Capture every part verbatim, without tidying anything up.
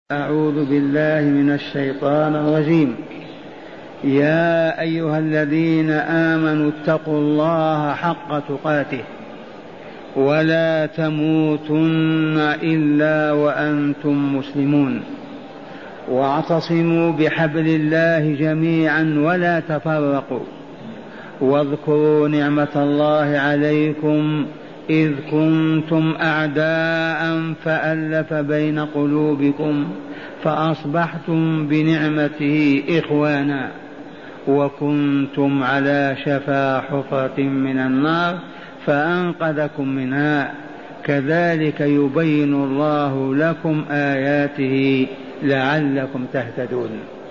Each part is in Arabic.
أعوذ بالله من الشيطان الرجيم. يا أيها الذين آمنوا اتقوا الله حق تقاته ولا تموتن إلا وأنتم مسلمون، واعتصموا بحبل الله جميعا ولا تفرقوا، واذكروا نعمة الله عليكم إذ كنتم أعداء فألف بين قلوبكم فأصبحتم بنعمته إخوانا، وكنتم على شفا حفرة من النار فأنقذكم منها، كذلك يبين الله لكم آياته لعلكم تهتدون.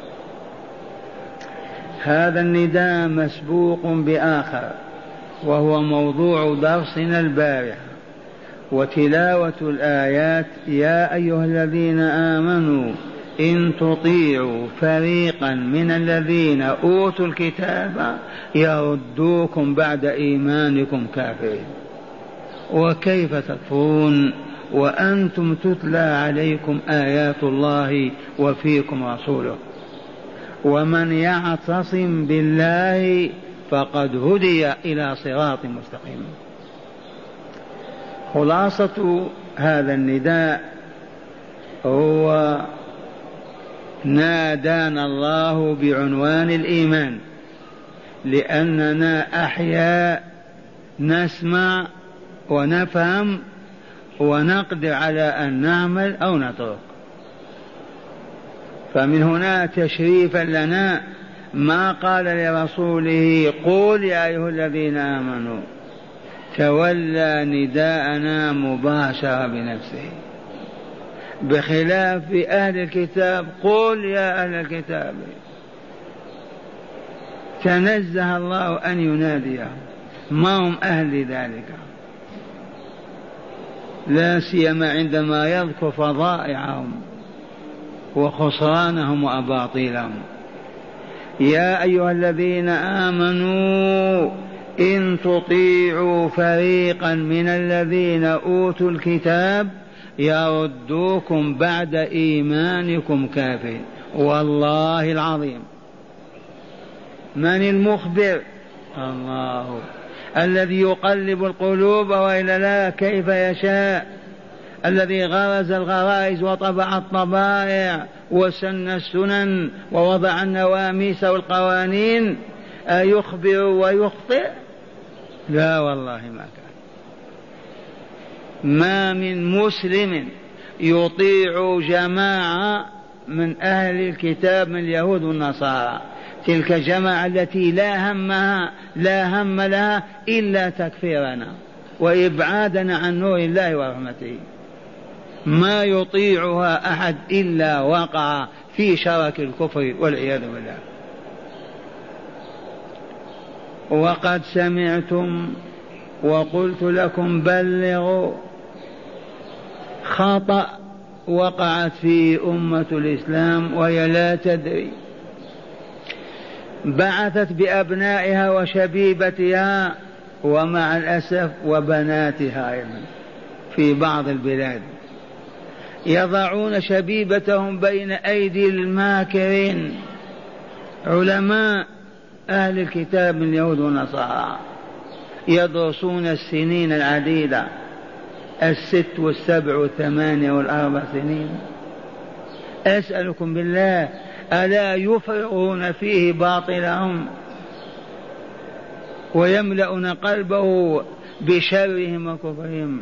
هذا النداء مسبوق بآخر وهو موضوع درسنا البارحة، وتلاوة الآيات: يا أيها الذين آمنوا إن تطيعوا فريقا من الذين أوتوا الكتاب يردوكم بعد إيمانكم كافرين. وكيف تكفرون وأنتم تتلى عليكم آيات الله وفيكم رسوله؟ ومن يعتصم بالله فقد هدي إلى صراط مستقيم. خلاصة هذا النداء هو نادانا الله بعنوان الإيمان، لأننا أحياء نسمع ونفهم ونقدر على أن نعمل أو نترك. فمن هنا تشريفا لنا ما قال لرسوله: قل يا أيها الذين آمنوا، تولى نداءنا مباشرة بنفسه، بخلاف أهل الكتاب: قل يا أهل الكتاب. تنزه الله أن يناديهم، ما هم أهل لذلك، لا سيما عندما يذكر فضائعهم وخسرانهم وأباطيلهم. يا أيها الذين آمنوا إن تطيعوا فريقا من الذين أوتوا الكتاب يردوكم بعد إيمانكم كافرين. والله العظيم، من المخبر؟ الله الذي يقلب القلوب وإلا لا كيف يشاء، الذي غرز الغرائز وطبع الطبائع وسن السنن ووضع النواميس والقوانين، أيخبر ويخطئ؟ لا والله ما كان. ما من مسلم يطيع جماعة من أهل الكتاب من اليهود والنصارى، تلك الجماعة التي لا همها لا هم لها إلا تكفيرنا وإبعادنا عن نور الله ورحمته، ما يطيعها أحد إلا وقع في شرك الكفر والعياذ بالله. وقد سمعتم وقلت لكم بلغوا، خطأ وقعت في أمة الإسلام وهي لا تدري، بعثت بأبنائها وشبيبتها ومع الأسف وبناتها أيضا في بعض البلاد، يضعون شبيبتهم بين أيدي الماكرين علماء أهل الكتاب من اليهود والنصارى، يدرسون السنين العديدة، الست والسبع والثمانية والأربع سنين. أسألكم بالله، ألا يفرغون فيه باطلهم ويملؤون قلبه بشرهم وكفرهم؟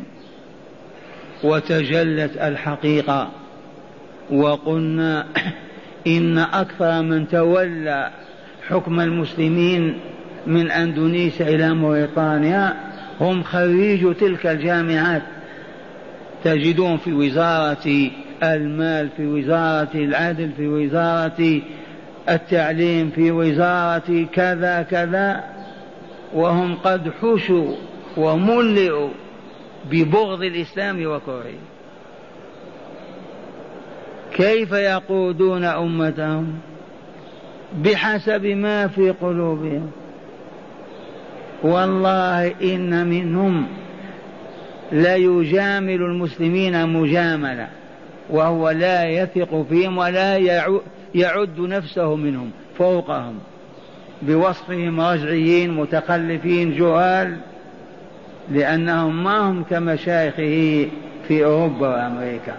وتجلت الحقيقة وقلنا إن أكثر من تولى حكم المسلمين من أندونيسيا إلى موريطانيا هم خريج تلك الجامعات، تجدون في وزارة المال، في وزارة العدل، في وزارة التعليم، في وزارة كذا كذا، وهم قد حشوا وملئوا ببغض الإسلام وكرهه. كيف يقودون أمتهم؟ بحسب ما في قلوبهم. والله إن منهم لا يجامل المسلمين مجاملة، وهو لا يثق فيهم ولا يعد نفسه منهم فوقهم، بوصفهم رجعيين متخلفين جهال، لأنهم ما هم كمشايخه في أوروبا وأمريكا.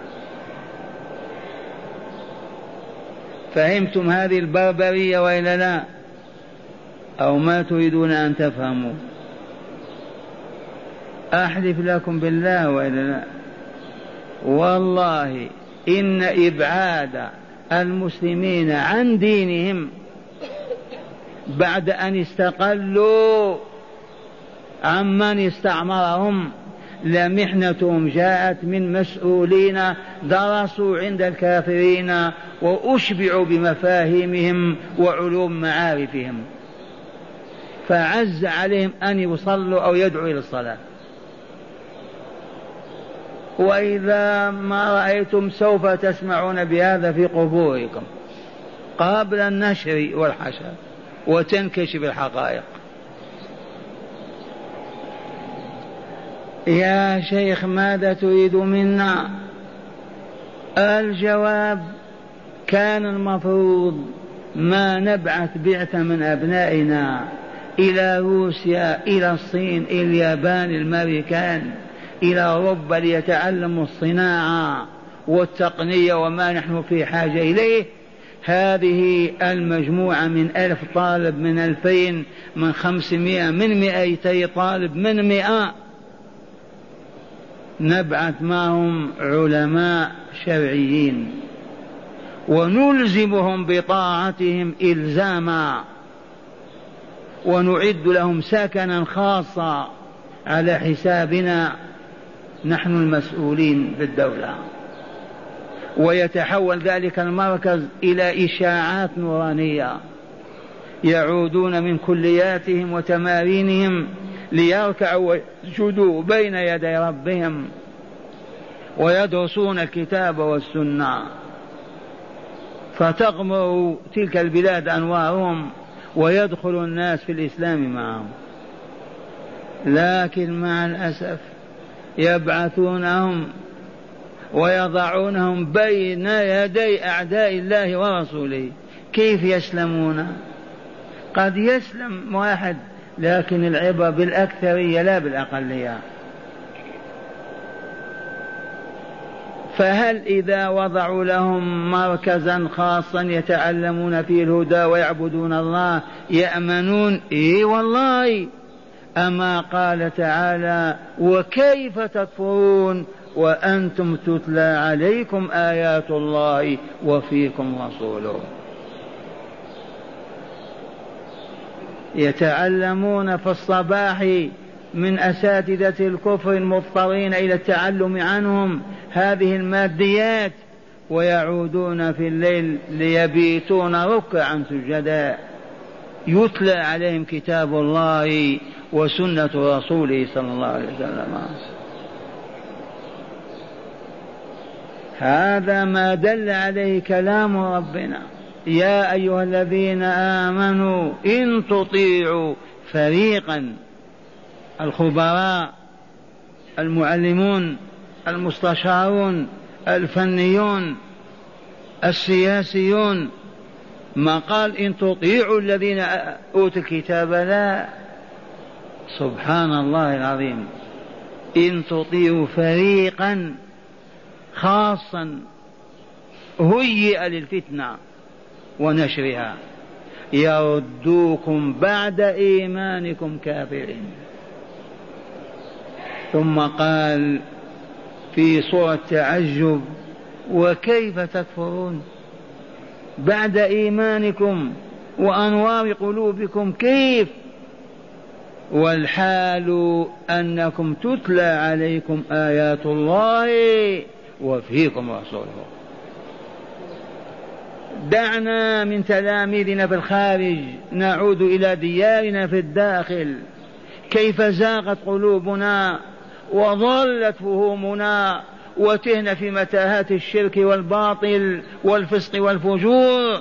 فهمتم هذه البربرية وإلا لا؟ أو ما تريدون أن تفهموا؟ أحلف لكم بالله وإلا لا، والله إن إبعاد المسلمين عن دينهم بعد أن استقلوا عمن استعمرهم لمحنتهم جاءت من مسؤولين درسوا عند الكافرين وأشبعوا بمفاهيمهم وعلوم معارفهم، فعز عليهم أن يصلوا أو يدعوا إلى الصلاة. وإذا ما رأيتم سوف تسمعون بهذا في قبوركم قبل النشر والحشر وتنكشف الحقائق. يا شيخ ماذا تريد منا؟ الجواب كان المفروض ما نبعث بعثة من أبنائنا إلى روسيا إلى الصين إلى اليابان الأمريكان إلى أوروبا ليتعلموا الصناعة والتقنية وما نحن في حاجة إليه. هذه المجموعة من ألف طالب من ألفين من خمسمائة من مئتي طالب من مئة نبعث معهم علماء شرعيين ونلزمهم بطاعتهم إلزاما ونعد لهم سكنا خاصا على حسابنا نحن المسؤولين بالدولة، ويتحول ذلك المركز إلى إشاعات نورانية يعودون من كلياتهم وتمارينهم ليركعوا ويسجدوا بين يدي ربهم ويدرسون الكتاب والسنة، فتغمر تلك البلاد أنوارهم ويدخل الناس في الإسلام معهم. لكن مع الأسف يبعثونهم ويضعونهم بين يدي أعداء الله ورسوله. كيف يسلمون؟ قد يسلم واحد، لكن العبرة بالأكثرية لا بالأقلية. فهل إذا وضعوا لهم مركزا خاصا يتعلمون فيه الهدى ويعبدون الله يأمنون؟ إيه والله. أما قال تعالى وكيف تكفرون وأنتم تتلى عليكم آيات الله وفيكم رسوله. يتعلمون في الصباح من أساتذة الكفر المضطرين إلى التعلم عنهم هذه الماديات، ويعودون في الليل ليبيتون ركعا سجدا يتلى عليهم كتاب الله وسنة رسوله صلى الله عليه وسلم. هذا ما دل عليه كلام ربنا: يا أيها الذين آمنوا إن تطيعوا فريقا، الخبراء المعلمون المستشارون الفنيون السياسيون، ما قال إن تطيعوا الذين أوتوا الكتاب، لا، سبحان الله العظيم، إن تطيعوا فريقا خاصا هيئ للفتنة ونشرها يردوكم بعد إيمانكم كافرين. ثم قال في سورة تعجب: وكيف تكفرون بعد إيمانكم وأنوار قلوبكم، كيف والحال أنكم تتلى عليكم آيات الله وفيكم رسوله. دعنا من تلاميذنا في الخارج نعود إلى ديارنا في الداخل. كيف زاغت قلوبنا وضلت فهومنا وتهنا في متاهات الشرك والباطل والفسق والفجور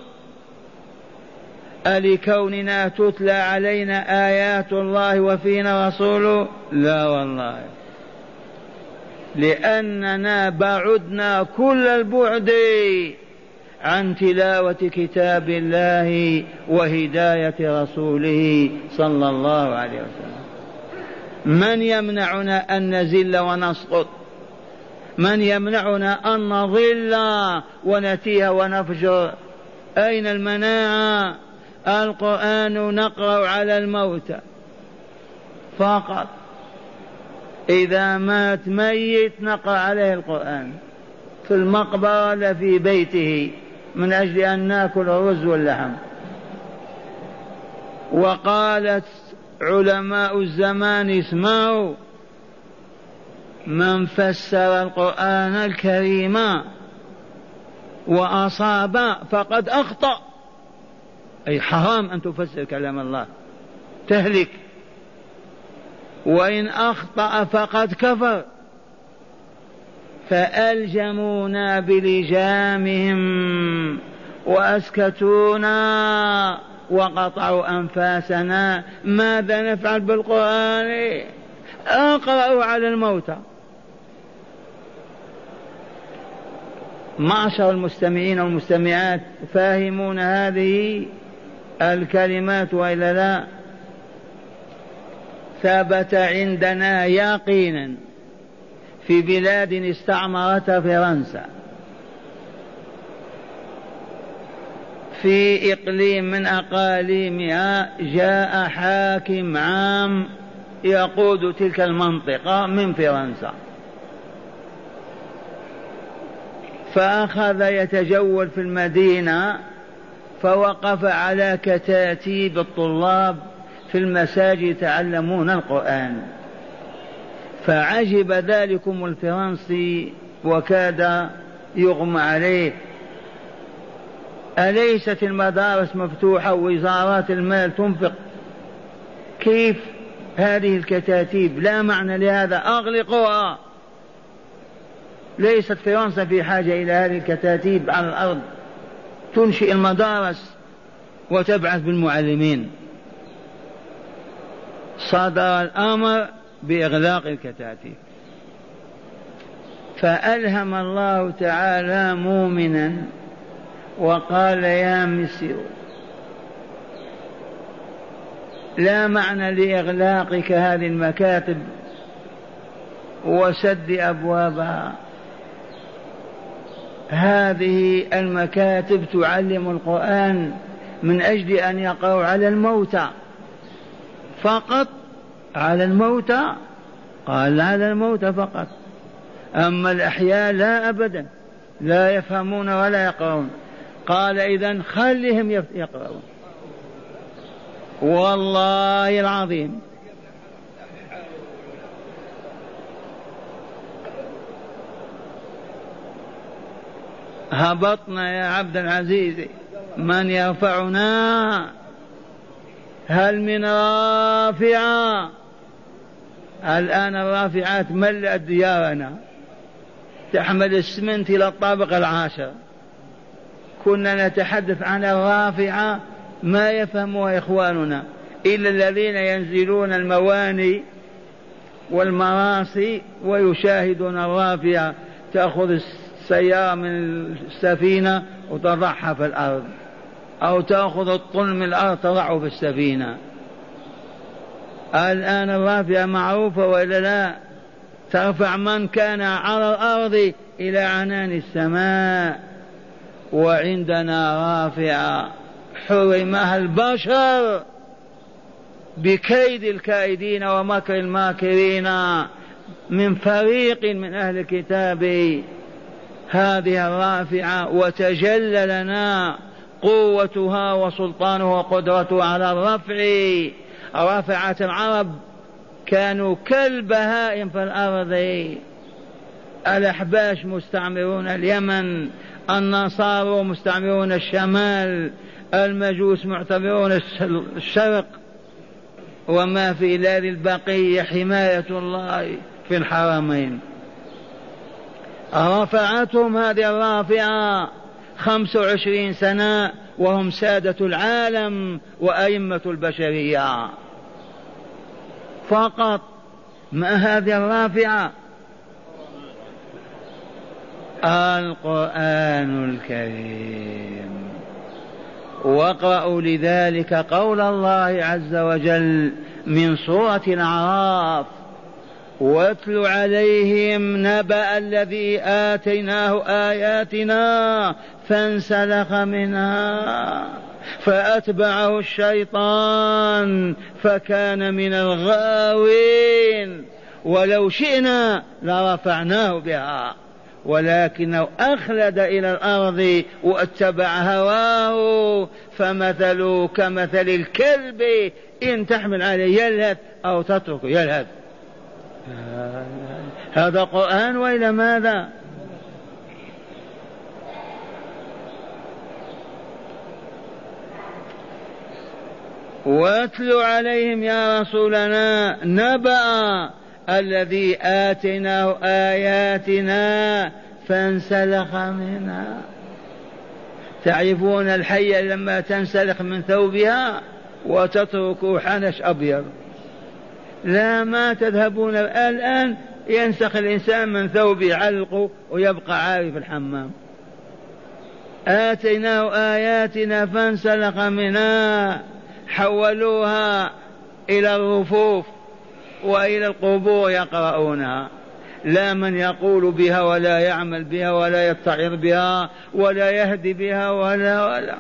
ألكوننا تتلى علينا آيات الله وفينا رسوله؟ لا والله. لأننا بعدنا كل البعد عن تلاوة كتاب الله وهداية رسوله صلى الله عليه وسلم. من يمنعنا أن نزل ونسقط؟ من يمنعنا أن نضل ونتيه ونفجر؟ أين المناعة؟ القرآن نقرأ على الموتى فقط، إذا مات ميت نقرأ عليه القرآن في المقبرة لا في بيته من أجل أن نأكل الرز واللحم. وقالت علماء الزمان اسمعوا: من فسر القرآن الكريم وأصاب فقد أخطأ، أي حرام أن تفسر كلام الله تهلك، وإن أخطأ فقد كفر. فألجمونا بلجامهم وأسكتونا وقطعوا أنفاسنا. ماذا نفعل بالقرآن؟ أقرأوا على الموتى. معشر المستمعين والمستمعات، فاهمون هذه الكلمات وإلا لا؟ ثبت عندنا يقينا في بلاد استعمرتها فرنسا، في إقليم من أقاليمها، جاء حاكم عام يقود تلك المنطقة من فرنسا، فأخذ يتجول في المدينة، فوقف على كتاتيب الطلاب في المساجد يتعلمون القرآن، فعجب ذلكم الفرنسي وكاد يغمى عليه. أليست المدارس مفتوحة ووزارات المال تنفق؟ كيف هذه الكتاتيب؟ لا معنى لهذا، أغلقوها. ليست فرنسا في حاجة إلى هذه الكتاتيب على الأرض، تنشئ المدارس وتبعث بالمعلمين. صدر الأمر بإغلاق الكتاتيب، فألهم الله تعالى مؤمنا وقال: يا مصر لا معنى لإغلاقك هذه المكاتب وسد أبوابها، هذه المكاتب تعلم القرآن من أجل أن يقرأوا على الموتى فقط. على الموتى؟ قال على الموتى فقط، أما الأحياء لا أبدا، لا يفهمون ولا يقرؤون. قال إذن خلهم يقرؤون. والله العظيم هبطنا يا عبد العزيز، من يرفعنا؟ هل من رافعة؟ الآن الرافعات ملأت ديارنا، تحمل السمنت إلى الطابق العاشر. كنا نتحدث عن الرافعة ما يفهمها إخواننا إلا الذين ينزلون المواني والمراصي ويشاهدون الرافعة، تأخذ السيارة من السفينة وتضعها في الأرض، أو تأخذ الطن من الأرض تضعه في السفينة. الآن الرافعة معروفة وإلا لا؟ ترفع من كان على الأرض إلى عنان السماء. وعندنا رافعة حرمها البشر بكيد الكائدين ومكر الماكرين من فريق من أهل الكتاب. هذه الرافعة وتجلى لنا قوتها وسلطانها وقدرتها على الرفع. رفعت العرب كانوا كالبهائم في الأرض، الأحباش مستعمرون اليمن، النصارى مستعمرون الشمال، المجوس معتبرون الشرق، وما في ذلك البقية حماية الله في الحرمين. رفعتهم هذه الرافعة خمس وعشرين سنة وهم سادة العالم وأئمة البشرية فقط. ما هذه الرافعة؟ القرآن الكريم. واقرأوا لذلك قول الله عز وجل من سورة الأعراف: واتل عليهم نبأ الذي آتيناه آياتنا فانسلخ منها فأتبعه الشيطان فكان من الغاوين ولو شئنا لرفعناه بها ولكنه أخلد إلى الأرض واتبع هواه فمثله كمثل الكلب إن تحمل عليه يلهث أو تتركه يلهث. هذا قرآن وإلى ماذا؟ واتل عليهم يا رسولنا نبأ الذي آتيناه آياتنا فانسلخ منها. تعرفون الحية لما تنسلخ من ثوبها وتترك حنش أبيض؟ لا، ما تذهبون الآن ينسخ الإنسان من ثوبه علقه ويبقى عاري في الحمام. آتيناه آياتنا فانسلخ منها، حولوها إلى الرفوف وإلى القبور يقرؤونها، لا من يقول بها ولا يعمل بها ولا يتعظ بها ولا يهدي بها ولا ولا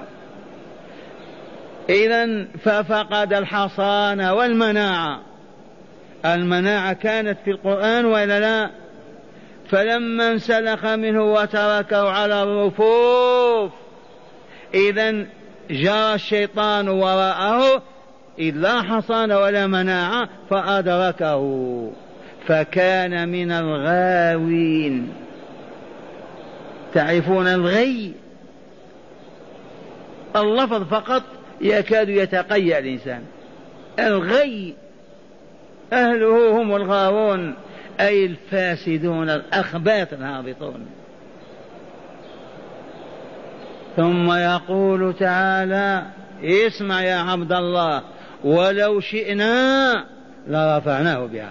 إذن ففقد الحصانة والمناعة. المناعة كانت في القرآن ولا لا؟ فلما انسلخ منه وتركه على الرفوف إذن جاء الشيطان وراءه إذ لا حصان ولا مناعة فأدركه فكان من الغاوين. تعرفون الغي؟ اللفظ فقط يكاد يتقيأ الإنسان. الغي أهله هم الغاوون، أي الفاسدون الأخباث الهابطون. ثم يقول تعالى: اسمع يا عبد الله، ولو شئنا لرفعناه بها.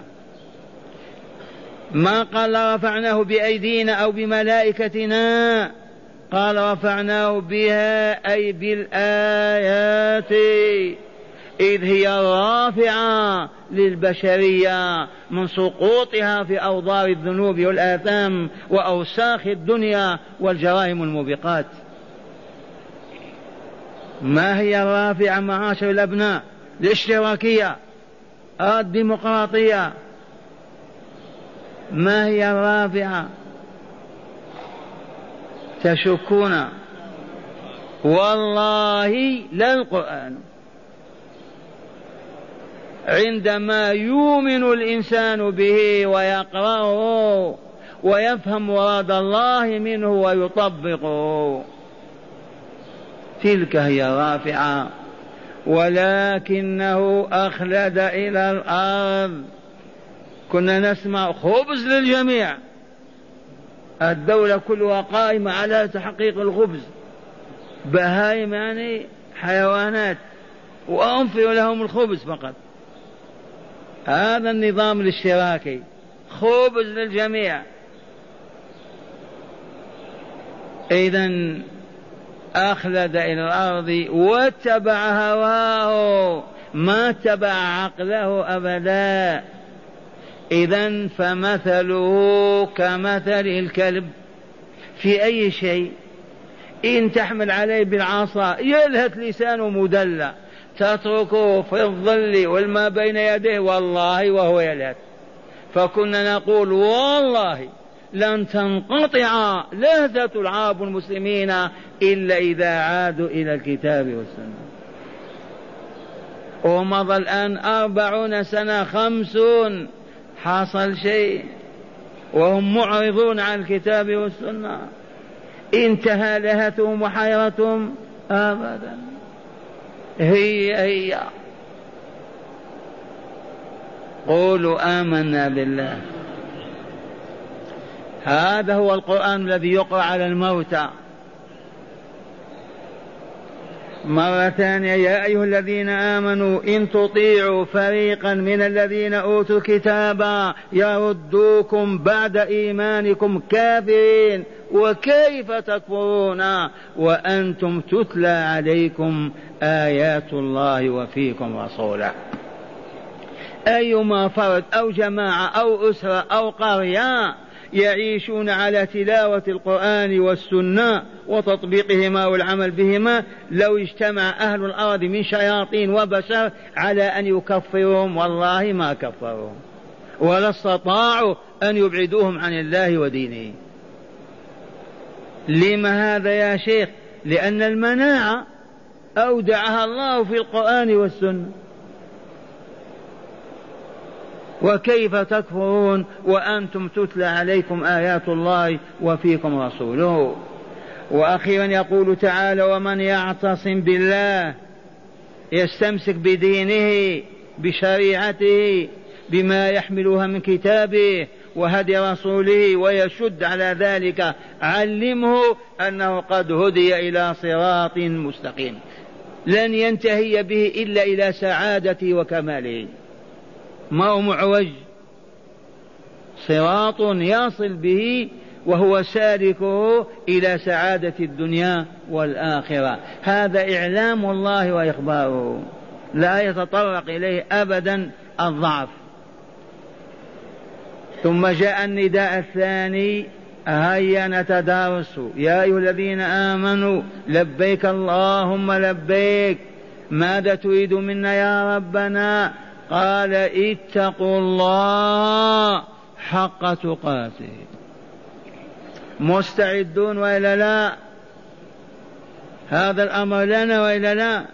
ما قال لرفعناه بأيدينا أو بملائكتنا، قال رفعناه بها أي بالآيات، إذ هي رافعة للبشرية من سقوطها في أوضار الذنوب والآثام وأوساخ الدنيا والجرائم الموبقات. ما هي الرافعة معاشر الأبناء؟ الاشتراكية، الديمقراطية. ما هي الرافعة؟ تشكون؟ والله لا القرآن. عندما يؤمن الإنسان به ويقرأه ويفهم مراد الله منه ويطبقه، تلك هي الرافعة. ولكنه أخلد إلى الأرض. كنا نسمع خبز للجميع، الدولة كلها قائمة على تحقيق الخبز، بهائم يعني حيوانات، وأنفروا لهم الخبز فقط. هذا النظام الاشتراكي، خبز للجميع. إذن أخلد إلى الأرض واتبع هواه، ما اتبع عقله أبدا. إذن فمثله كمثل الكلب في أي شيء، إن تحمل عليه بالعصا يلهث لسانه مدلى، تتركه في الظل والما بين يديه والله وهو يلهث. فكنا نقول والله لن تنقطع لهثة العرب المسلمين إلا إذا عادوا إلى الكتاب والسنة. ومضى الآن أربعون سنة، خمسون، حصل شيء وهم معرضون عن الكتاب والسنة؟ انتهى لهثهم وحيرتهم؟ أبدا. هي هي قولوا آمنا بالله. هذا هو القرآن الذي يقرأ على الموتى. مرة ثانية يا أيها الذين آمنوا إن تطيعوا فريقا من الذين أوتوا الكتاب يردوكم بعد إيمانكم كافرين وكيف تكفرون وأنتم تتلى عليكم آيات الله وفيكم رسوله. أيما فرد أو جماعة أو أسرة أو قرية يعيشون على تلاوة القرآن والسنة وتطبيقهما والعمل بهما، لو اجتمع أهل الأرض من شياطين وبشر على أن يكفرهم والله ما كفرهم ولا استطاعوا أن يبعدوهم عن الله ودينه. لما هذا يا شيخ؟ لأن المناعة أودعها الله في القرآن والسنة. وكيف تكفرون وأنتم تتلى عليكم آيات الله وفيكم رسوله. وأخيرا يقول تعالى ومن يعتصم بالله يستمسك بدينه بشريعته بما يحملها من كتابه وهدي رسوله ويشد على ذلك علمه أنه قد هدي إلى صراط مستقيم لن ينتهي به إلا إلى سعادته وكماله، ما هو معوج، صراط يصل به وهو سالكه إلى سعادة الدنيا والآخرة. هذا إعلام الله وإخباره لا يتطرق إليه أبدا الضعف. ثم جاء النداء الثاني هيا نتدارس يا أيها الذين آمنوا لبيك اللهم لبيك ماذا تريد منا يا ربنا؟ قال اتقوا الله حق تقاته. مستعدون وإلا لا؟ هذا الأمر لنا وإلا لا؟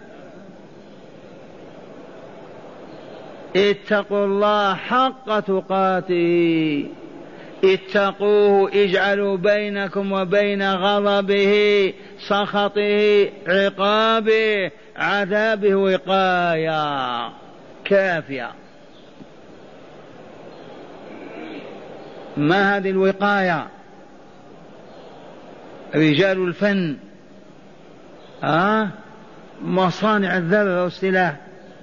اتقوا الله حق تقاته، اتقوه اجعلوا بينكم وبين غضبه سخطه عقابه عذابه وقاية كافية. ما هذه الوقاية؟ رجال الفن آه مصانع الذرة والسلاح.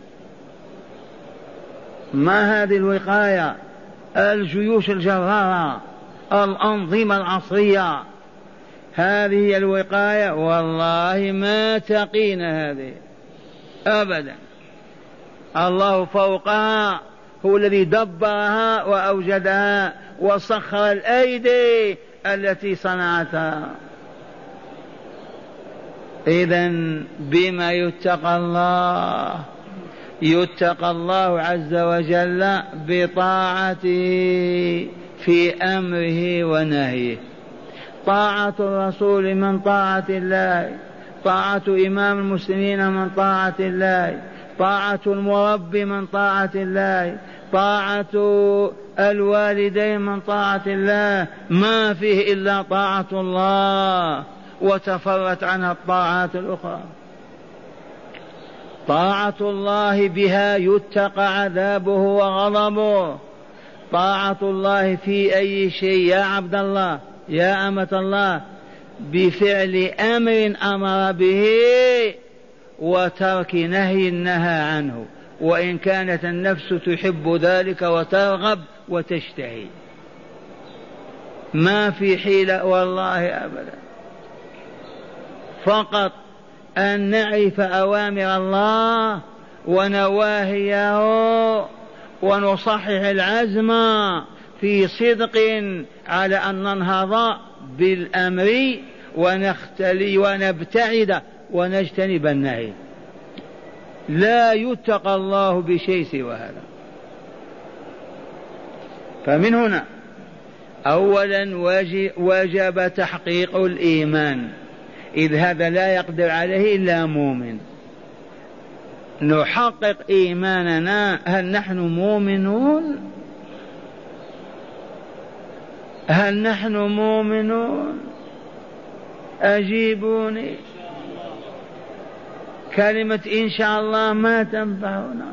ما هذه الوقاية؟ الجيوش الجرارة الأنظمة العصرية، هذه هي الوقاية. والله ما تقينا هذه أبدا، الله فوقها، هو الذي دبرها وأوجدها وسخر الأيدي التي صنعتها. إذن بما يتقى الله؟ يتقى الله عز وجل بطاعته في أمره ونهيه. طاعة الرسول من طاعة الله، طاعة إمام المسلمين من طاعة الله، طاعة المربي من طاعة الله، طاعة الوالدين من طاعة الله، ما فيه إلا طاعة الله وتفرت عنها الطاعات الأخرى. طاعة الله بها يتقى عذابه وغضبه. طاعة الله في أي شيء يا عبد الله يا أمة الله؟ بفعل أمر أمر به وترك نهي نهى عنه، وإن كانت النفس تحب ذلك وترغب وتشتهي. ما في حيلة والله أبدا، فقط أن نعرف أوامر الله ونواهيه ونصحح العزم في صدق على أن ننهض بالأمر ونختلي ونبتعد ونجتنب النهي. لا يتقى الله بشيء سوى هذا. فمن هنا أولا وجب تحقيق الإيمان، إذ هذا لا يقدر عليه إلا مؤمن. نحقق إيماننا. هل نحن مؤمنون؟ هل نحن مؤمنون؟ أجيبوني. كلمة إن شاء الله ما تنفعنا.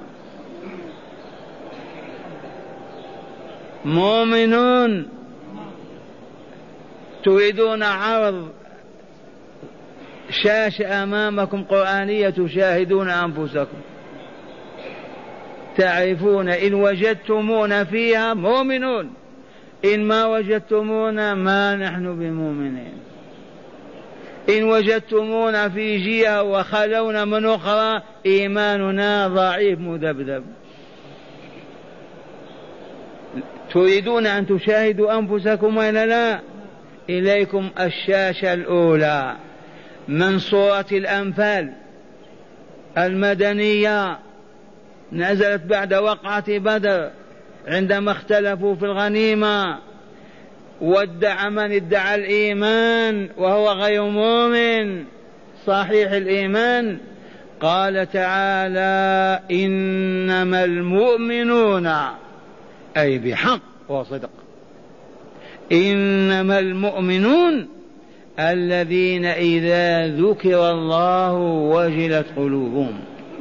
مؤمنون. تريدون عرض شاشة أمامكم قرآنية تشاهدون أنفسكم تعرفون إن وجدتمونا فيها مؤمنون، إن ما وجدتمونا ما نحن بمؤمنين، إن وجدتمونا في جهة وخلونا من أخرى إيماننا ضعيف مذبذب. تريدون أن تشاهدوا أنفسكم ولا لا؟ إليكم الشاشة الأولى من سورة الأنفال المدنية، نزلت بعد وقعة بدر عندما اختلفوا في الغنيمة، وادعى من ادعى الإيمان وهو غير مؤمن صحيح الإيمان. قال تعالى إنما المؤمنون أي بحق وصدق، إنما المؤمنون الذين إذا ذكر الله وجلت قلوبهم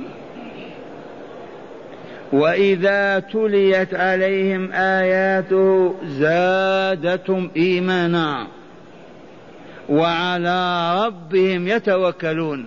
وإذا تليت عليهم آياته زادتهم إيمانا وعلى ربهم يتوكلون،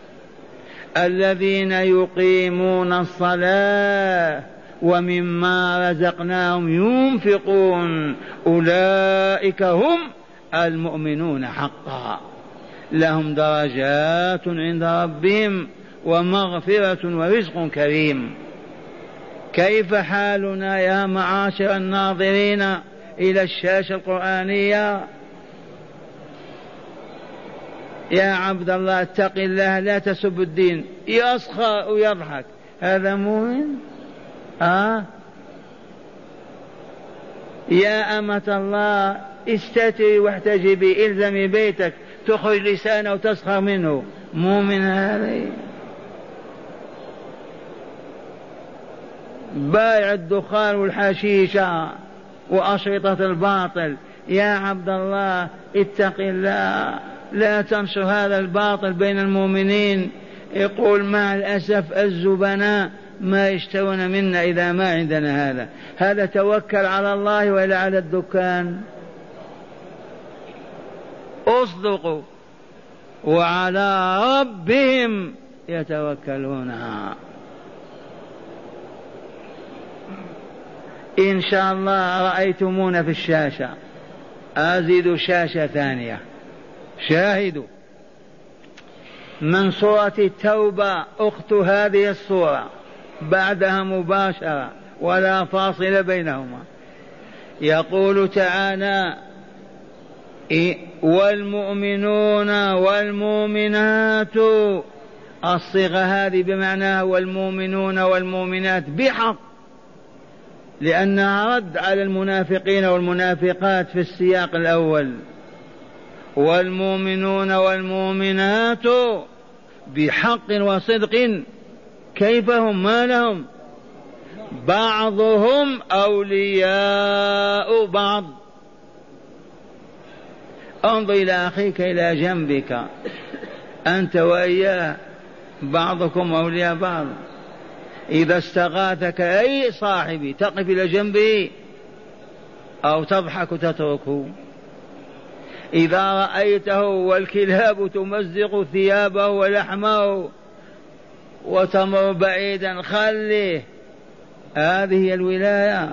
الذين يقيمون الصلاة ومما رزقناهم ينفقون أولئك هم المؤمنون حقا، لهم درجات عند ربهم ومغفرة ورزق كريم. كيف حالنا يا معاشر الناظرين إلى الشاشة القرآنية؟ يا عبد الله اتق الله لا تسب الدين، يسخر ويضحك، هذا مؤمن؟ آه؟ يا أمة الله استتري واحتجبي، الزمي بيتك، تخرج لسانه وتسخر منه، مؤمن هذا؟ بائع الدخان والحشيشة وأشرطة الباطل، يا عبد الله اتق الله لا تنشر هذا الباطل بين المؤمنين. يقول مع الأسف الزبناء ما يشترون منا إذا ما عندنا هذا. هذا توكل على الله ولا على الدكان؟ اصدقوا وعلى ربهم يتوكلون. إن شاء الله رأيتمونا في الشاشة، أزيد شاشة ثانية، شاهدوا من سورة التوبة أخت هذه السورة بعدها مباشرة ولا فاصل بينهما. يقول تعالى والمؤمنون والمؤمنات، الصيغة هذه بمعنى والمؤمنون والمؤمنات بحق، لأنها رد على المنافقين والمنافقات في السياق الأول. والمؤمنون والمؤمنات بحق وصدق، كيف هم؟ ما لهم؟ بعضهم أولياء بعض. انظر إلى أخيك إلى جنبك، أنت وإياه بعضكم أولياء بعض. إذا استغاثك أي صاحبي تقف إلى جنبه أو تضحك تتركه. إذا رأيته والكلاب تمزق ثيابه ولحمه وتمر بعيدا خليه، هذه هي الولاية.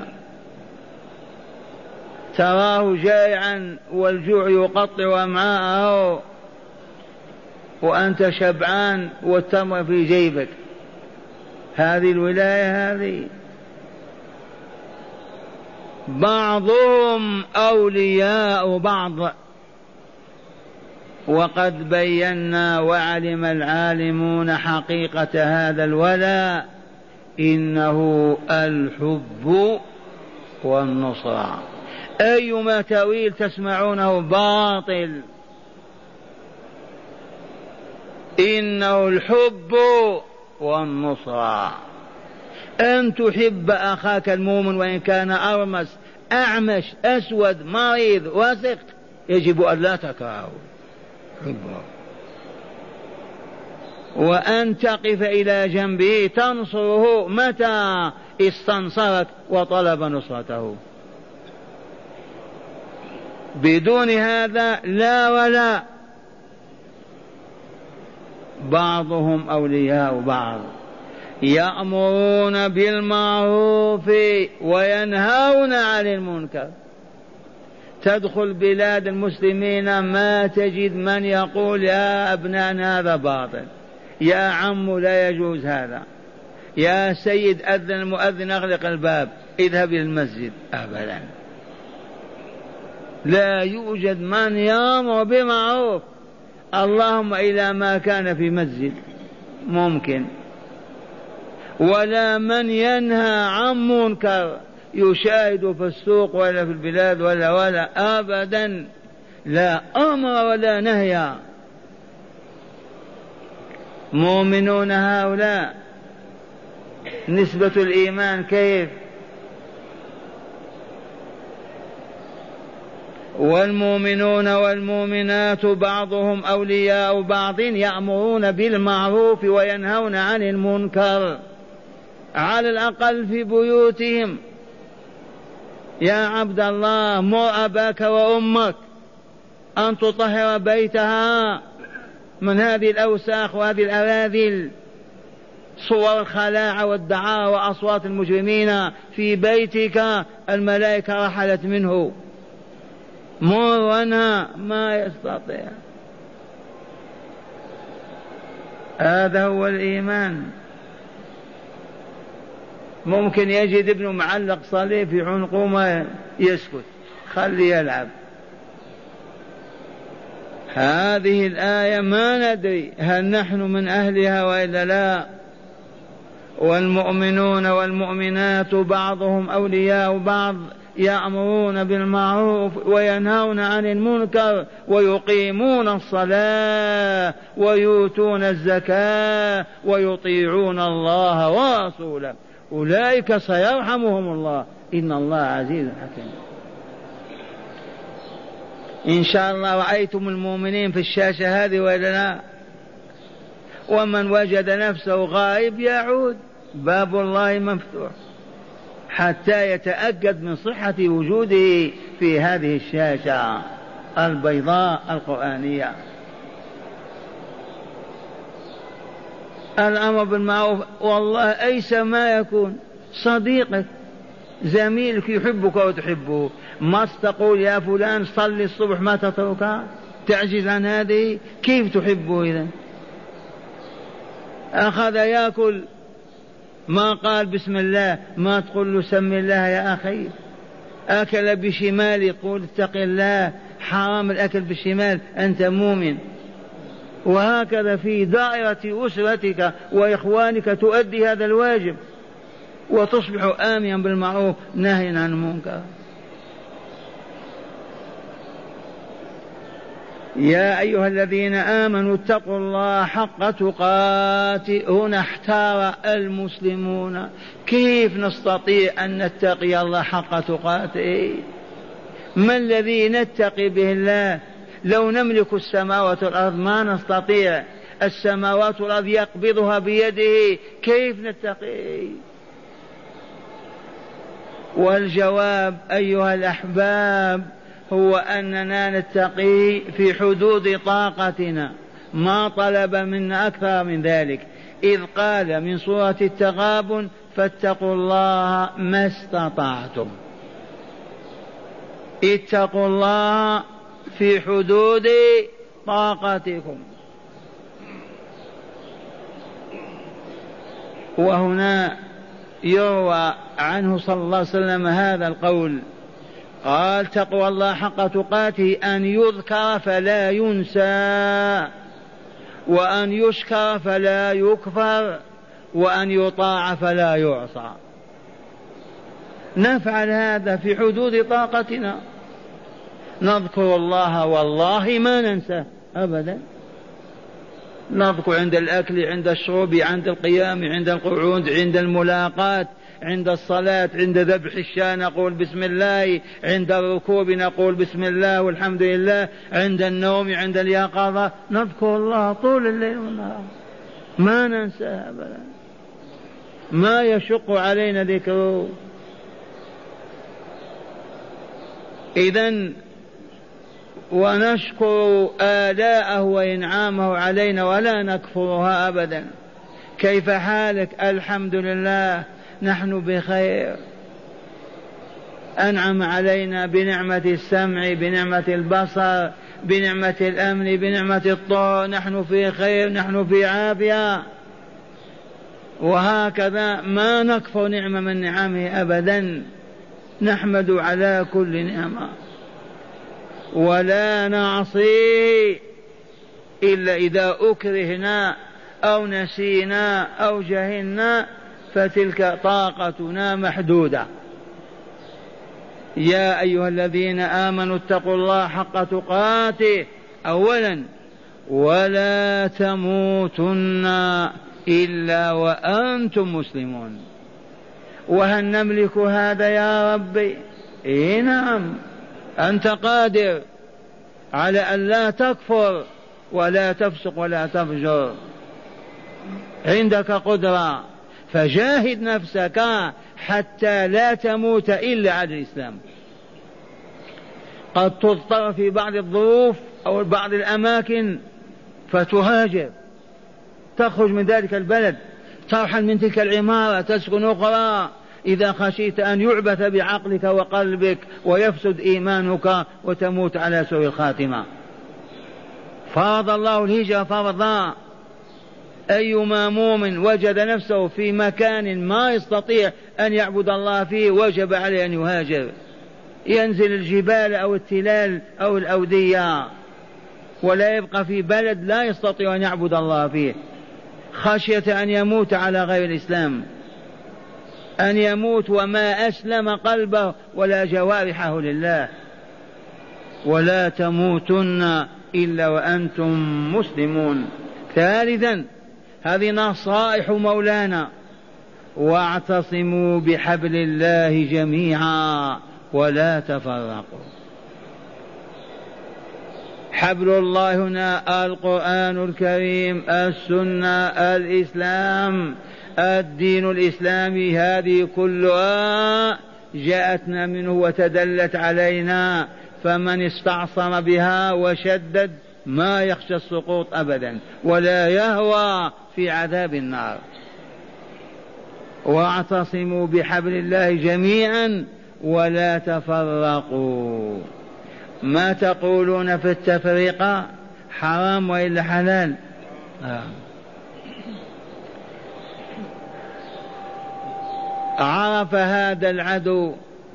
تراه جائعا والجوع يقطع أمعاءه وأنت شبعان والتمر في جيبك، هذه الولاية. هذه بعضهم أولياء بعض. وقد بينا وعلم العالمون حقيقة هذا الولاء، إنه الحب والنصرة. أيما تأويل تسمعونه باطل، إنه الحب والنصرة. أن تحب أخاك المؤمن وإن كان أرمس أعمش أسود مريض وسق، يجب أن لا تكرهه، حبه. وأن تقف إلى جنبه تنصره متى استنصرك وطلب نصرته. بدون هذا لا ولا. بعضهم أولياء بعض، يأمرون بالمعروف وينهون عن المنكر. تدخل بلاد المسلمين ما تجد من يقول يا أبنائنا هذا باطل، يا عم لا يجوز هذا، يا سيد أذن المؤذن أغلق الباب اذهب إلى المسجد، أبدا لا يوجد من يأمر بمعروف، اللهم إلى ما كان في مسجد ممكن، ولا من ينهى عن منكر يشاهد في السوق ولا في البلاد ولا ولا أبدا، لا أمر ولا نهي. مؤمنون هؤلاء نسبة الإيمان كيف؟ والمؤمنون والمؤمنات بعضهم أولياء بعض يأمرون بالمعروف وينهون عن المنكر، على الأقل في بيوتهم. يا عبد الله مر أباك وأمك أن تطهر بيتها من هذه الأوساخ وهذه الأراذل، صور الخلاعة والدعارة وأصوات المجرمين في بيتك، الملائكة رحلت منه، مر وانهى، ما يستطيع. هذا هو الإيمان. ممكن يجد ابنه معلق صليب في عنقه ما يسكت، خلي يلعب. هذه الآية ما ندري هل نحن من أهلها وإلا لا. والمؤمنون والمؤمنات بعضهم أولياء بعض يأمرون بالمعروف وينهون عن المنكر ويقيمون الصلاة ويؤتون الزكاة ويطيعون الله ورسوله، أولئك سيرحمهم الله إن الله عزيز حكيم. إن شاء الله رأيتم المؤمنين في الشاشة هذه وإلا لا؟ ومن وجد نفسه غائب يعود، باب الله مفتوح حتى يتأكد من صحة وجوده في هذه الشاشة البيضاء القرآنية. الأمر بالمعروف والله أيس ما يكون، صديقك زميلك يحبك وتحبه، ما تقول يا فلان صلي الصبح ما تتركها، تعجز عن هذه، كيف تحبه إذن؟ أخذ يأكل ما قال بسم الله ما تقول له سم الله يا أخي، أكل بشمال يقول اتق الله، حرام الأكل بالشمال، أنت مؤمن. وهكذا في دائرة أسرتك وإخوانك تؤدي هذا الواجب وتصبح آمنا بالمعروف ناهيا عن المنكر. يا أيها الذين آمنوا اتقوا الله حق تقاته. هنا احتار المسلمون كيف نستطيع أن نتقي الله حق تقاته؟ ما الذي نتقي به الله؟ لو نملك السماوات والأرض ما نستطيع، السماوات والأرض يقبضها بيده، كيف نتقي؟ والجواب أيها الأحباب هو أننا نتقي في حدود طاقتنا، ما طلب منا أكثر من ذلك، إذ قال من سورة التغابن فاتقوا الله ما استطعتم. اتقوا الله في حدود طاقتكم. وهنا يروى عنه صلى الله عليه وسلم هذا القول، قال تقوى الله حق تقاته أن يذكر فلا ينسى، وأن يشكر فلا يكفر، وأن يطاع فلا يعصى. نفعل هذا في حدود طاقتنا، نذكر الله والله ما ننسى أبدا، نذكر عند الأكل، عند الشرب، عند القيام، عند القعود، عند الملاقات، عند الصلاة، عند ذبح الشاة نقول بسم الله، عند الركوب نقول بسم الله والحمد لله، عند النوم، عند اليقظة نذكر الله طول الليل والنهار ما ننسى أبدا، ما يشق علينا ذكره. ونشكر آلاءه وإنعامه علينا ولا نكفرها أبدا. كيف حالك؟ الحمد لله نحن بخير. أنعم علينا بنعمة السمع، بنعمة البصر، بنعمة الأمن، بنعمة الطهر، نحن في خير، نحن في عافية. وهكذا ما نكفر نعمة من نعمه أبدا، نحمد على كل نعمة ولا نعصي إلا إذا أكرهنا أو نسينا أو جهلنا، فتلك طاقتنا محدودة. يا أيها الذين آمنوا اتقوا الله حق تقاته أولا ولا تموتن إلا وأنتم مسلمون. وهل نملك هذا يا ربي؟ إيه نعم، أنت قادر على أن لا تكفر ولا تفسق ولا تفجر، عندك قدرة، فجاهد نفسك حتى لا تموت إلا على الإسلام. قد تضطر في بعض الظروف أو بعض الأماكن فتهاجر، تخرج من ذلك البلد، ترحل من تلك العمارة تسكن أخرى، إذا خشيت أن يعبث بعقلك وقلبك ويفسد إيمانك وتموت على سوء الخاتمة. فرض الله الهجرة فرضا، أيما مؤمن وجد نفسه في مكان ما يستطيع أن يعبد الله فيه وجب عليه أن يهاجر، ينزل الجبال أو التلال أو الأودية، ولا يبقى في بلد لا يستطيع أن يعبد الله فيه، خشية أن يموت على غير الإسلام، أن يموت وما أسلم قلبه ولا جوارحه لله. ولا تموتن إلا وأنتم مسلمون. ثالثا، هذه نصائح مولانا: واعتصموا بحبل الله جميعا ولا تفرقوا. حبل الله هنا القرآن الكريم، السنة، الإسلام، الدين الإسلامي، هذه كلها جاءتنا منه وتدلت علينا، فمن استعصم بها وشدد ما يخشى السقوط أبدا ولا يهوى في عذاب النار. واعتصموا بحبل الله جميعا ولا تفرقوا. ما تقولون في التفرقة؟ حرام وإلا حلال؟ آه. عرف هذا العدو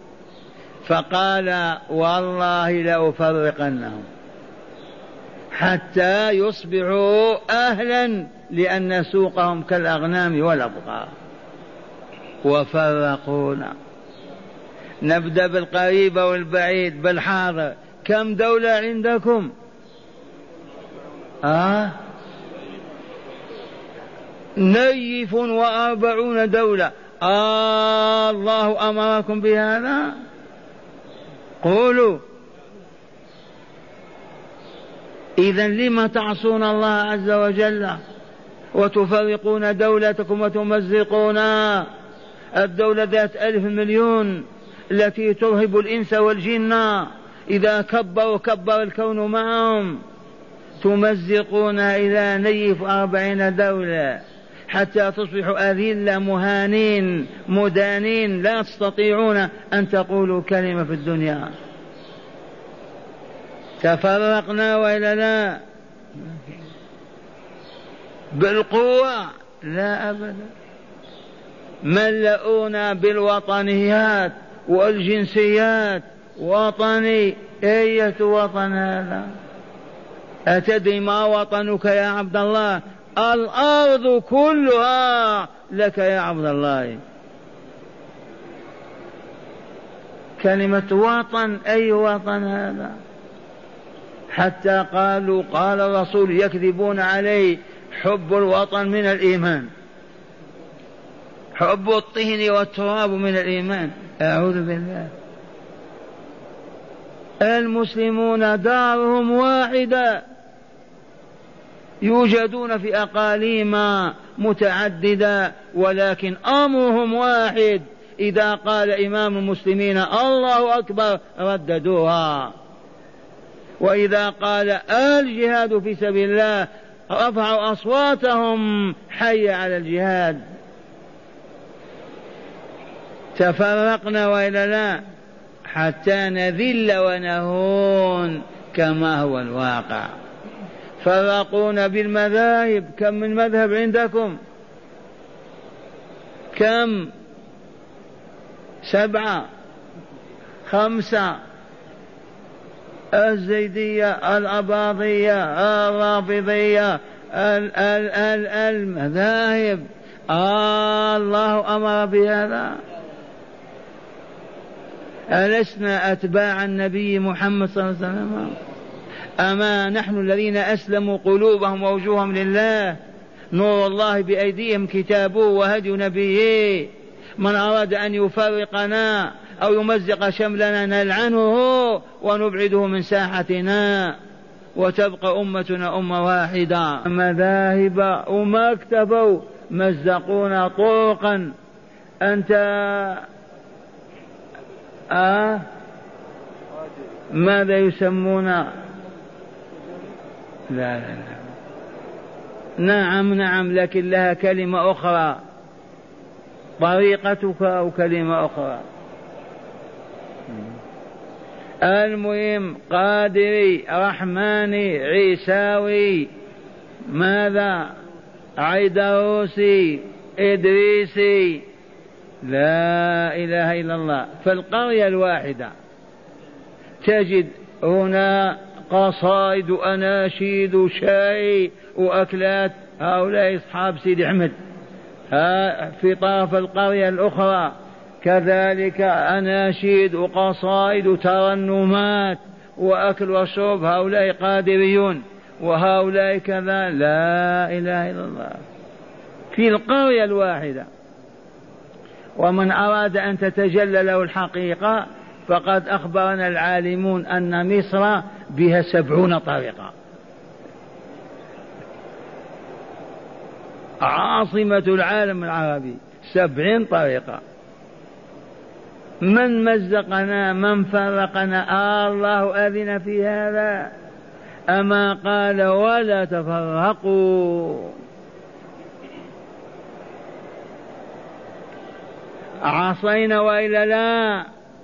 فقال: والله لأفرقنهم حتى يصبحوا أهلا لأن سوقهم كالأغنام والأبقار. وفرقونا. نبدأ بالقريب والبعيد بالحاضر. كم دولة عندكم؟ آه؟ نيف وأربعون دولة. آه الله أمركم بهذا؟ قولوا. إذن لم تعصون الله عز وجل وتفرقون دولتكم وتمزقون الدولة ذات ألف مليون التي ترهب الإنس والجن؟ إذا كبروا كبر الكون معهم. تمزقون إلى نيف أربعين دولة حتى تصبحوا أذلة مهانين مدانين لا تستطيعون أن تقولوا كلمة في الدنيا. تفرقنا وإلا لا؟ بالقوة؟ لا أبدا. ملؤونا بالوطنيات والجنسيات. وطني أية وطن هذا؟ أتدري ما وطنك يا عبد الله؟ الأرض كلها لك يا عبد الله. كلمة وطن، أي وطن هذا؟ حتى قالوا قال الرسول يكذبون عليه: حب الوطن من الإيمان، حب الطين والتراب من الإيمان. أعوذ بالله. المسلمون دارهم واحدة، يوجدون في أقاليم متعددة ولكن أمرهم واحد. إذا قال إمام المسلمين الله أكبر رددوها. وإذا قال الجهاد في سبيل الله رفعوا أصواتهم حي على الجهاد. تفرقنا وإلا لا حتى نذل ونهون كما هو الواقع. فرقونا بالمذاهب، كم من مذهب عندكم؟ كم؟ سبعة خمسة، الزيدية الأباضية الرافضية ال ال ال المذاهب. آه الله أمر بهذا. ألسنا أتباع النبي محمد صلى الله عليه وسلم؟ أما نحن الذين أسلموا قلوبهم ووجوههم لله، نور الله بأيديهم كتابه وهدي نبيه. من أراد أن يفرقنا أو يمزق شملنا نلعنه ونبعده من ساحتنا، وتبقى أمتنا أمة واحدة. مذاهب وما اكتفوا، مزقونا طرقا. أنت آه ماذا يسمون؟ لا لا لا نعم نعم، لكن لها كلمة أخرى، طريقتك أو كلمة أخرى. المهم قادري رحماني عيساوي ماذا عيدروسي إدريسي، لا إله إلا الله. فالقرية الواحدة تجد هنا قصائد أناشيد شاي وأكلات، هؤلاء أصحاب سيدي أحمد. في طرف القرية الأخرى كذلك أناشيد وقصائد ترنمات وأكل وشرب، هؤلاء قادريون وهؤلاء كذا. لا إله إلا الله في القرية الواحدة. ومن أراد أن تتجلى له الحقيقة فقد أخبرنا العالمون أن مصر بها سبعون طريقة، عاصمة العالم العربي، سبعين طريقة. من مزقنا؟ من فرقنا؟ آه الله أذن في هذا. أما قال ولا تفرقوا؟ عصينا وإلا لا؟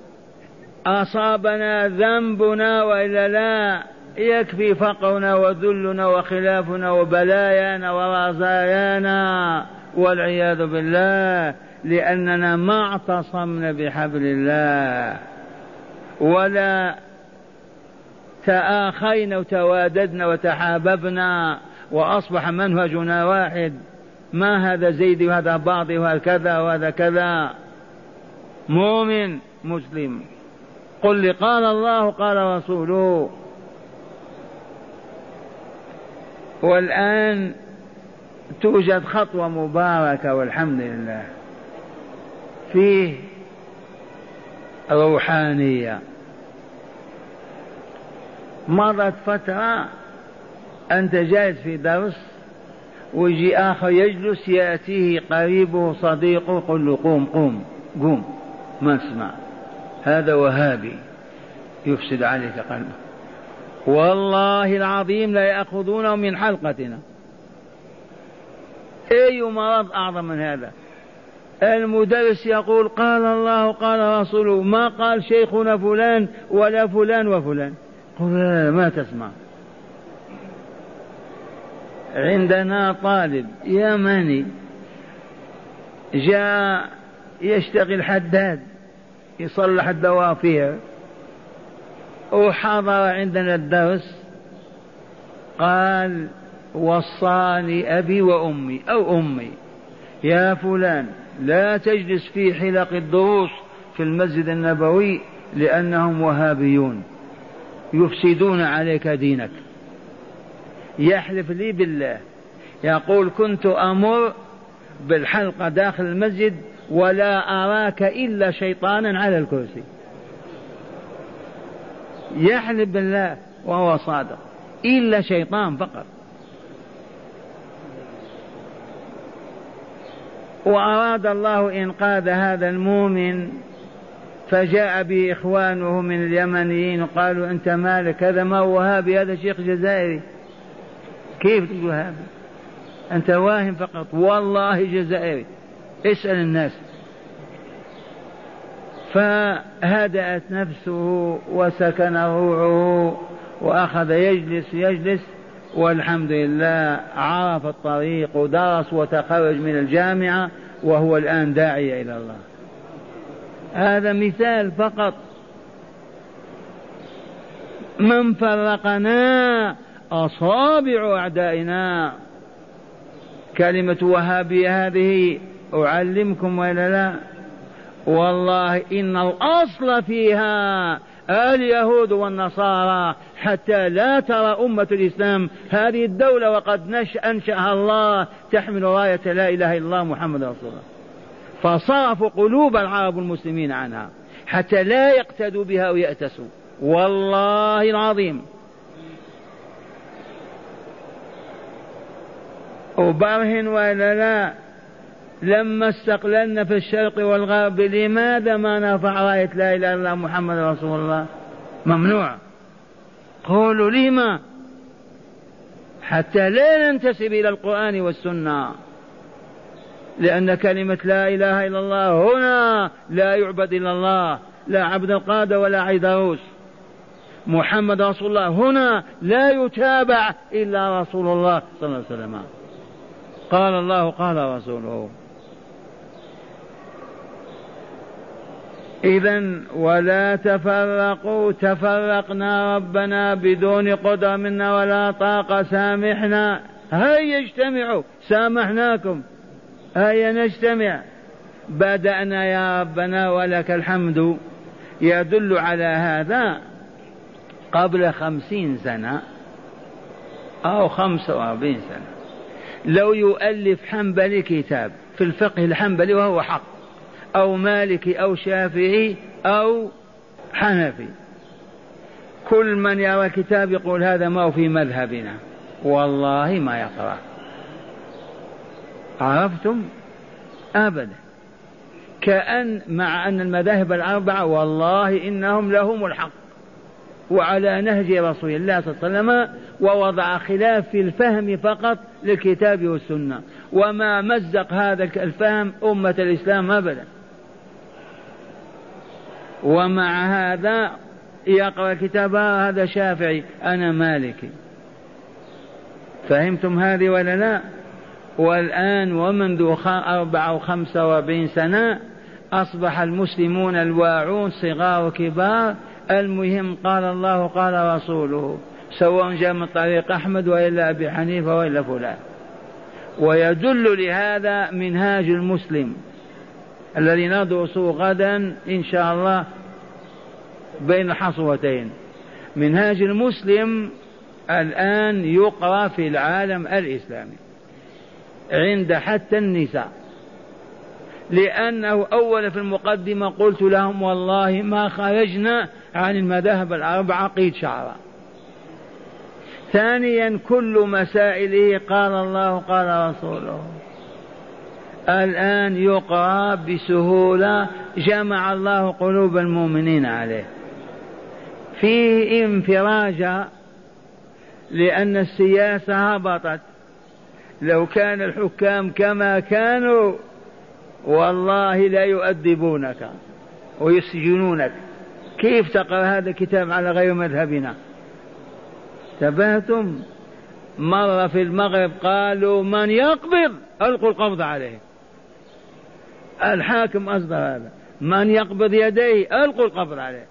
أصابنا ذنبنا وإلا لا؟ يكفي فقرنا وذلنا وخلافنا وبلايانا ورزايانا والعياذ بالله، لأننا ما اعتصمنا بحبل الله ولا تآخينا وتواددنا وتحاببنا وأصبح منهجنا واحد. ما هذا زيدي وهذا باطي وهذا كذا وهذا كذا. مؤمن مسلم قل لي قال الله قال رسوله. والآن توجد خطوة مباركة والحمد لله فيه روحانية. مرت فترة أنت جالس في درس ويجي آخر يجلس يأتيه قريبه صديقه يقول له قوم قوم قوم ما اسمع، هذا وهابي يفسد عليك قلبه. والله العظيم لا يأخذونه من حلقتنا. أي مرض أعظم من هذا؟ المدرس يقول قال الله قال رسوله، ما قال شيخنا فلان ولا فلان وفلان. قل لا ما تسمع. عندنا طالب يمني جاء يشتغل حداد يصلح الدوافير وحضر عندنا الدرس، قال وصاني أبي وأمي أو أمي يا فلان لا تجلس في حلق الدروس في المسجد النبوي لأنهم وهابيون يفسدون عليك دينك. يحلف لي بالله يقول كنت أمر بالحلقة داخل المسجد ولا أراك إلا شيطانا على الكرسي. يحلف بالله وهو صادق، إلا شيطان فقط. وأراد الله إنقاذ هذا المؤمن فجاء به إخوانه من اليمنيين وقالوا أنت مالك، هذا ما هو وهابي، هذا شيخ جزائري، كيف تقول وهابي؟ أنت واهم فقط، والله جزائري، اسأل الناس. فهدأت نفسه وسكن روعه وأخذ يجلس يجلس والحمد لله عرف الطريق ودرس وتخرج من الجامعة وهو الآن داعية إلى الله. هذا مثال فقط. من فرقنا؟ أصابع أعدائنا. كلمة وهابية هذه أعلمكم ولا لا؟ والله إن الأصل فيها اليهود والنصارى، حتى لا ترى أمة الإسلام هذه الدولة وقد نشأ أنشأها الله تحمل راية لا إله إلا الله محمد رسول الله، فصرفوا قلوب العرب المسلمين عنها حتى لا يقتدوا بها ويأتسوا، والله العظيم. وبرهن ولا لا؟ لما استقللنا في الشرق والغرب لماذا ما نرفع راية لا إله إلا الله محمد رسول الله؟ ممنوع. قولوا لما؟ حتى لا ننتسب إلى القرآن والسنة، لأن كلمة لا إله إلا الله هنا لا يعبد إلا الله، لا عبد القادة ولا عيدروس. محمد رسول الله هنا لا يتابع إلا رسول الله صلى الله عليه وسلم، قال الله قال رسوله. إذن ولا تفرقوا، تفرقنا ربنا بدون قدرة منا ولا طاقة، سامحنا، هيا اجتمعوا، سامحناكم، هيا نجتمع. بدأنا يا ربنا ولك الحمد. يدل على هذا قبل خمسين سنة أو خمسة وأربعين سنة لو يؤلف حنبلي كتاب في الفقه الحنبلي وهو حق، أو مالكي أو شافعي أو حنفي، كل من يرى كتاب يقول هذا ما هو في مذهبنا، والله ما يقرأ. عرفتم؟ أبدا. كأن مع أن المذاهب الأربعة والله إنهم لهم الحق وعلى نهج رسول الله صلى الله عليه وسلم، ووضع خلاف في الفهم فقط للكتاب والسنة، وما مزق هذا الفهم أمة الإسلام أبدا. ومع هذا يقرأ كتابها هذا شافعي أنا مالكي. فهمتم هذه ولا لا؟ والآن ومنذ أربعة وخمسة وأربعين سنة أصبح المسلمون الواعون صغار وكبار، المهم قال الله قال رسوله، سواء جاء من طريق أحمد وإلا أبي حنيفة وإلا فلان. ويدل لهذا منهاج المسلم الذي ندرسه غدا إن شاء الله بين حصوتين. منهاج المسلم الآن يقرأ في العالم الإسلامي عند حتى النساء، لأنه أول في المقدمة قلت لهم والله ما خرجنا عن المذاهب الأربعة قيد شعرا. ثانيا كل مسائله قال الله قال رسوله. الآن يقرأ بسهولة، جمع الله قلوب المؤمنين عليه. فيه انفراجة لأن السياسة هبطت. لو كان الحكام كما كانوا والله لا يؤدبونك ويسجنونك. كيف تقرأ هذا الكتاب على غير مذهبنا؟ تبهتم. مرة في المغرب قالوا من يقبض ألقوا القبض عليه، الحاكم أصدر هذا، من يقبض يديه ألقوا القبض عليه.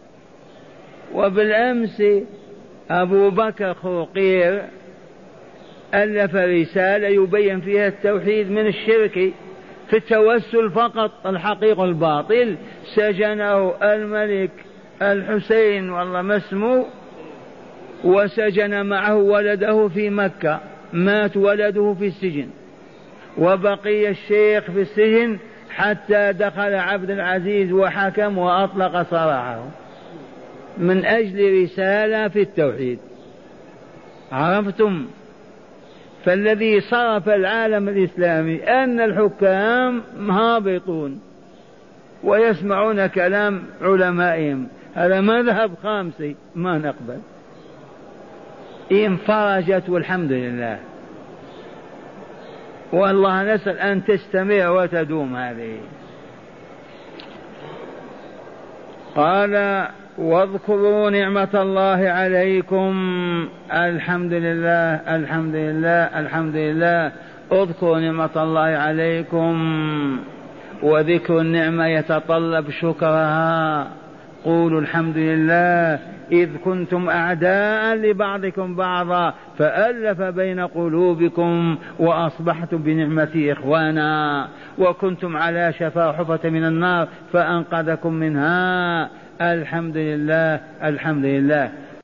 وبالأمس أبو بكر خوقير ألف رسالة يبين فيها التوحيد من الشرك في التوسل فقط، الحقيقة الباطل. سجنه الملك الحسين والله ما اسمه، وسجن معه ولده في مكة، مات ولده في السجن، وبقي الشيخ في السجن حتى دخل عبد العزيز وحكم وأطلق سراحه من أجل رسالة في التوحيد. عرفتم؟ فالذي صرف العالم الإسلامي أن الحكام هابطون، ويسمعون كلام علمائهم، هذا مذهب خامسي ما نقبل. انفرجت والحمد لله، والله نسأل أن تستمر وتدوم هذه. قال واذكروا نعمة الله عليكم. الحمد لله الحمد لله الحمد لله. اذكروا نعمة الله عليكم، وذكر النعمة يتطلب شكرها. قولوا الحمد لله إذ كنتم أعداء لبعضكم بعضا فألف بين قلوبكم وأصبحتم بنعمتي إخوانا، وكنتم على شفا حفرة من النار فأنقذكم منها. الحمد لله الحمد لله.